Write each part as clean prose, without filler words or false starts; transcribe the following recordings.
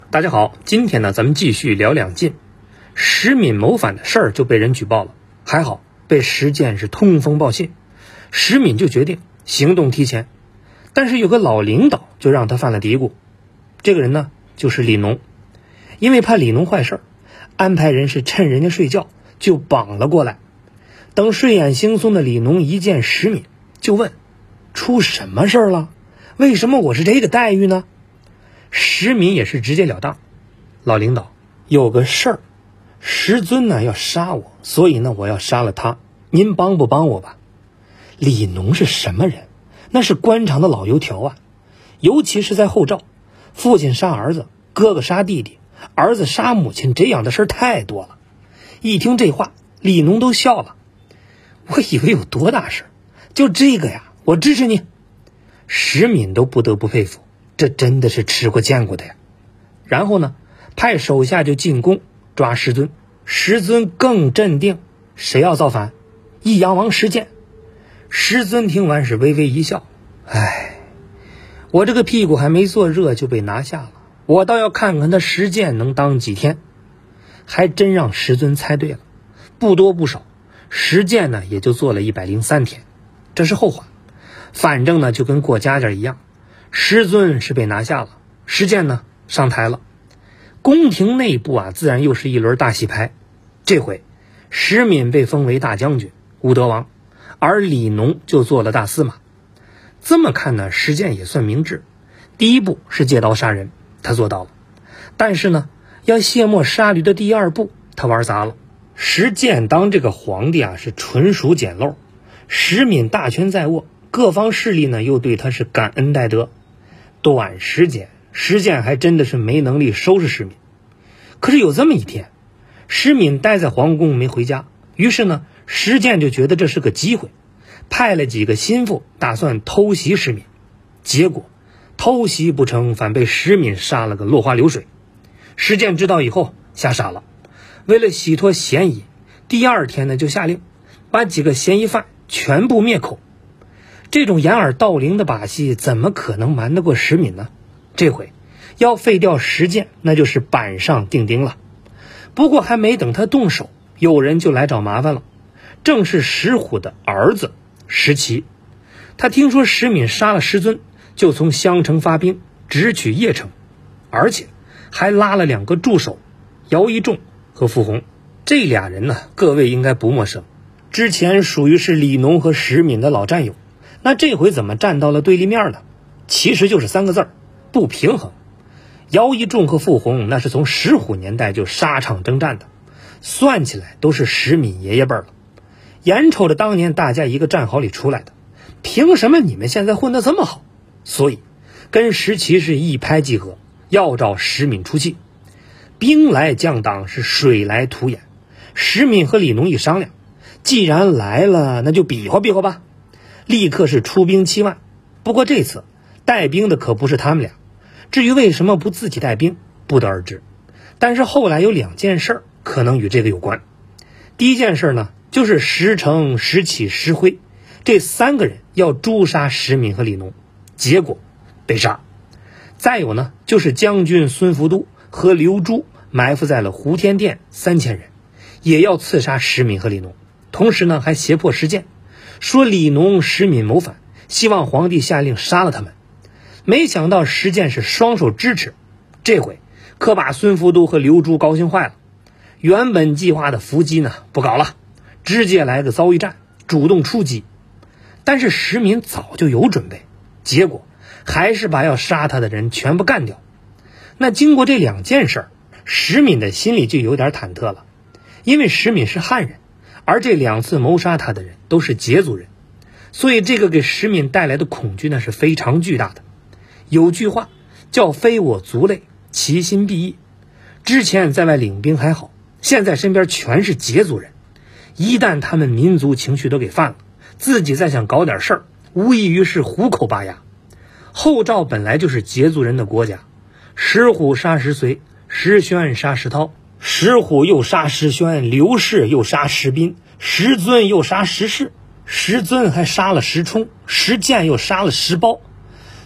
大家好，今天呢咱们继续聊两晋。石敏谋反的事儿就被人举报了，还好被石建是通风报信，石敏就决定行动提前。但是有个老领导就让他犯了嘀咕，这个人呢就是李农。因为怕李农坏事，安排人是趁人家睡觉就绑了过来。等睡眼惺忪的李农一见石敏，就问：出什么事儿了？为什么我是这个待遇呢？石敏也是直截了当，老领导，有个事儿，石尊呢要杀我，所以呢我要杀了他，您帮不帮我吧？李农是什么人？那是官场的老油条啊，尤其是在后赵，父亲杀儿子，哥哥杀弟弟，儿子杀母亲，这样的事儿太多了。一听这话，李农都笑了。我以为有多大事，就这个呀，我支持你。石敏都不得不佩服，这真的是吃过见过的呀。然后呢，派手下就进宫抓石尊。石尊更镇定，谁要造反？益阳王石建。石尊听完是微微一笑，唉，我这个屁股还没坐热就被拿下了，我倒要看看他石建能当几天。还真让石尊猜对了，不多不少，石建呢也就做了103天。这是后话，反正呢就跟过家家一样，石尊是被拿下了，石建呢上台了。宫廷内部啊，自然又是一轮大洗牌。这回石敏被封为大将军、武德王，而李农就做了大司马。这么看呢，石建也算明智。第一步是借刀杀人，他做到了。但是呢，要卸磨杀驴的第二步，他玩砸了。石建当这个皇帝啊，是纯属捡漏。石敏大权在握，各方势力呢又对他是感恩戴德。短时间，石建还真的是没能力收拾石敏。可是有这么一天，石敏待在皇宫没回家，于是呢，石建就觉得这是个机会，派了几个心腹打算偷袭石敏。结果偷袭不成，反被石敏杀了个落花流水。石建知道以后吓傻了，为了洗脱嫌疑，第二天呢就下令把几个嫌疑犯全部灭口。这种掩耳盗铃的把戏怎么可能瞒得过石敏呢？这回要废掉石建，那就是板上钉钉了。不过还没等他动手，有人就来找麻烦了，正是石虎的儿子石奇。他听说石敏杀了石尊，就从襄城发兵直取邺城，而且还拉了2个助手，姚一仲和傅红。这俩人呢，各位应该不陌生，之前属于是李农和石敏的老战友。那这回怎么站到了对立面呢？其实就是3个字儿：不平衡。姚一仲和傅红那是从石虎年代就沙场征战的，算起来都是石敏爷爷辈了。眼瞅着当年大家一个战壕里出来的，凭什么你们现在混得这么好？所以跟石奇是一拍即合，要找石敏出气。兵来将挡，是水来土掩。石敏和李农一商量，既然来了，那就比划比划吧。立刻是出兵7万。不过这次带兵的可不是他们俩，至于为什么不自己带兵，不得而知。但是后来有2件事可能与这个有关。第一件事呢，就是石成、石启、石辉这3个人要诛杀石敏和李农，结果被杀。再有呢，就是将军孙福都和刘珠埋伏在了胡天殿3000人，也要刺杀石敏和李农。同时呢，还胁迫石建，说李农、石敏谋反，希望皇帝下令杀了他们。没想到石建是双手支持，这回可把孙福都和刘珠高兴坏了。原本计划的伏击呢，不搞了，直接来个遭遇战，主动出击。但是石敏早就有准备，结果还是把要杀他的人全部干掉。那经过这2件事，石敏的心里就有点忐忑了，因为石敏是汉人，而这2次谋杀他的人都是羯族人，所以这个给石敏带来的恐惧呢是非常巨大的。有句话叫非我族类，其心必异。之前在外领兵还好，现在身边全是羯族人，一旦他们民族情绪都给犯了，自己再想搞点事儿，无异于是虎口拔牙。后赵本来就是羯族人的国家，石虎杀石随，石宣杀石涛，石虎又杀石宣，刘氏又杀石斌，石尊又杀石氏，石尊还杀了石冲，石建又杀了石苞。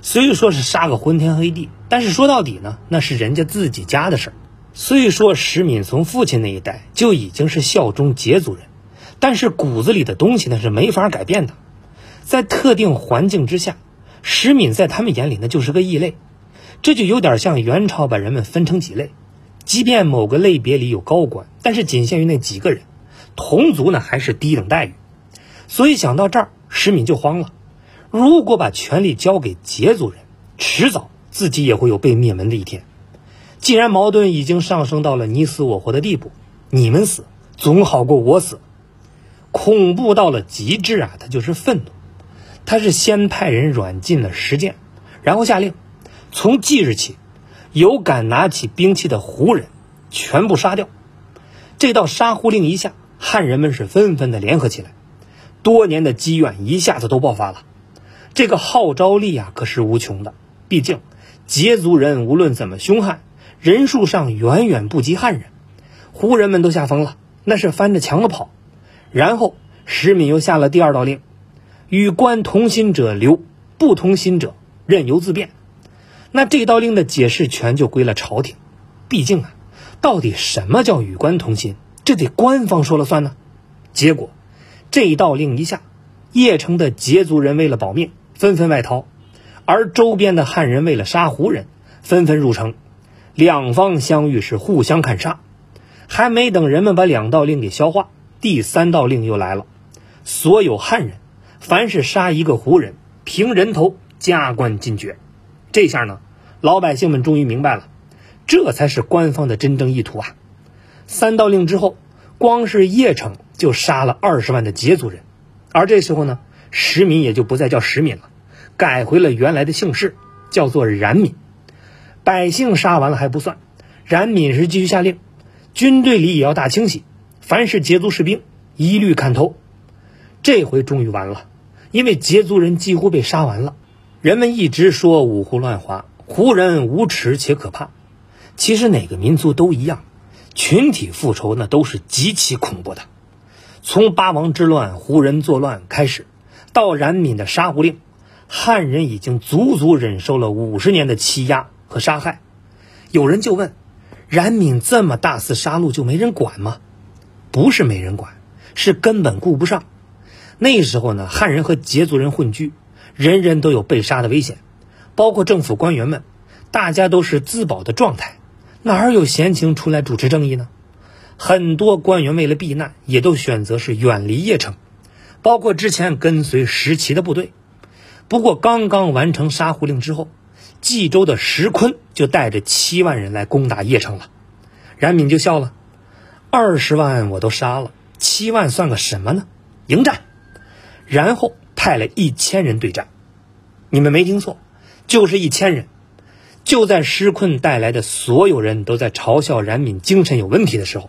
虽说是杀个昏天黑地，但是说到底呢，那是人家自己家的事儿。虽说石敏从父亲那一代就已经是效忠羯族人，但是骨子里的东西那是没法改变的。在特定环境之下，石敏在他们眼里那就是个异类。这就有点像元朝把人们分成几类，即便某个类别里有高官，但是仅限于那几个人，同族呢还是低等待遇。所以想到这儿，石敏就慌了。如果把权力交给羯族人，迟早自己也会有被灭门的一天。既然矛盾已经上升到了你死我活的地步，你们死总好过我死。恐怖到了极致啊，他就是愤怒。他是先派人软禁了石建，然后下令从即日起，有敢拿起兵器的胡人全部杀掉。这道杀胡令一下，汉人们是纷纷的联合起来，多年的积怨一下子都爆发了。这个号召力啊可是无穷的，毕竟羯族人无论怎么凶悍，人数上远远不及汉人。胡人们都吓疯了，那是翻着墙的跑。然后石敏又下了第二道令，与官同心者留，不同心者任由自便。那这道令的解释权就归了朝廷。毕竟啊，到底什么叫与官同心，这得官方说了算呢。结果这一道令一下，邺城的羯族人为了保命纷纷外逃，而周边的汉人为了杀胡人纷纷入城，两方相遇是互相砍杀。还没等人们把两道令给消化，第三道令又来了。所有汉人凡是杀一个胡人，凭人头加官进爵。这下呢，老百姓们终于明白了，这才是官方的真正意图啊。三道令之后，光是邺城就杀了20万的羯族人。而这时候呢，石敏也就不再叫石敏了，改回了原来的姓氏，叫做冉闵。百姓杀完了还不算，冉闵是继续下令，军队里也要大清洗，凡是羯族士兵一律砍头。这回终于完了，因为羯族人几乎被杀完了。人们一直说五胡乱华，胡人无耻且可怕。其实哪个民族都一样，群体复仇那都是极其恐怖的。从八王之乱胡人作乱开始，到冉闵的杀胡令，汉人已经足足忍受了50年的欺压和杀害。有人就问，冉闵这么大肆杀戮就没人管吗？不是没人管，是根本顾不上。那时候呢，汉人和羯族人混居，人人都有被杀的危险，包括政府官员们，大家都是自保的状态，哪有闲情出来主持正义呢？很多官员为了避难，也都选择是远离邺城，包括之前跟随石岐的部队。不过刚刚完成杀胡令之后，冀州的石坤就带着7万人来攻打邺城了。冉闵就笑了，20万我都杀了，7万算个什么呢？迎战！然后派了1000人对战。你们没听错，就是1000人。就在石坤带来的所有人都在嘲笑冉闵精神有问题的时候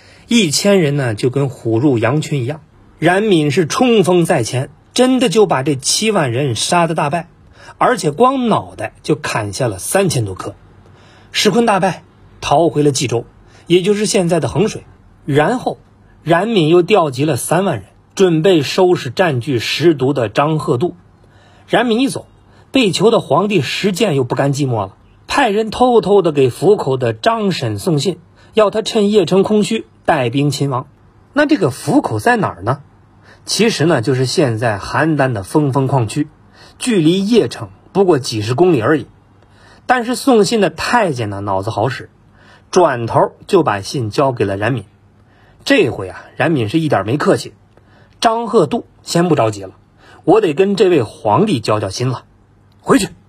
，1000人呢就跟虎入羊群一样，冉闵是冲锋在前，真的就把这7万人杀得大败，而且光脑袋就砍下了3000多颗。石坤大败，逃回了冀州，也就是现在的衡水。然后冉闵又调集了3万人，准备收拾占据石渎的张贺度。冉闵一走，被囚的皇帝石建又不甘寂寞了，派人偷偷的给府口的张审送信，要他趁邺城空虚带兵勤王。那这个府口在哪儿呢？其实呢，就是现在邯郸的封封矿区，距离邺城不过几十公里而已。但是送信的太监呢，脑子好使，转头就把信交给了冉闵。这回啊，冉闵是一点没客气，张贺度先不着急了，我得跟这位皇帝交交心了，回去。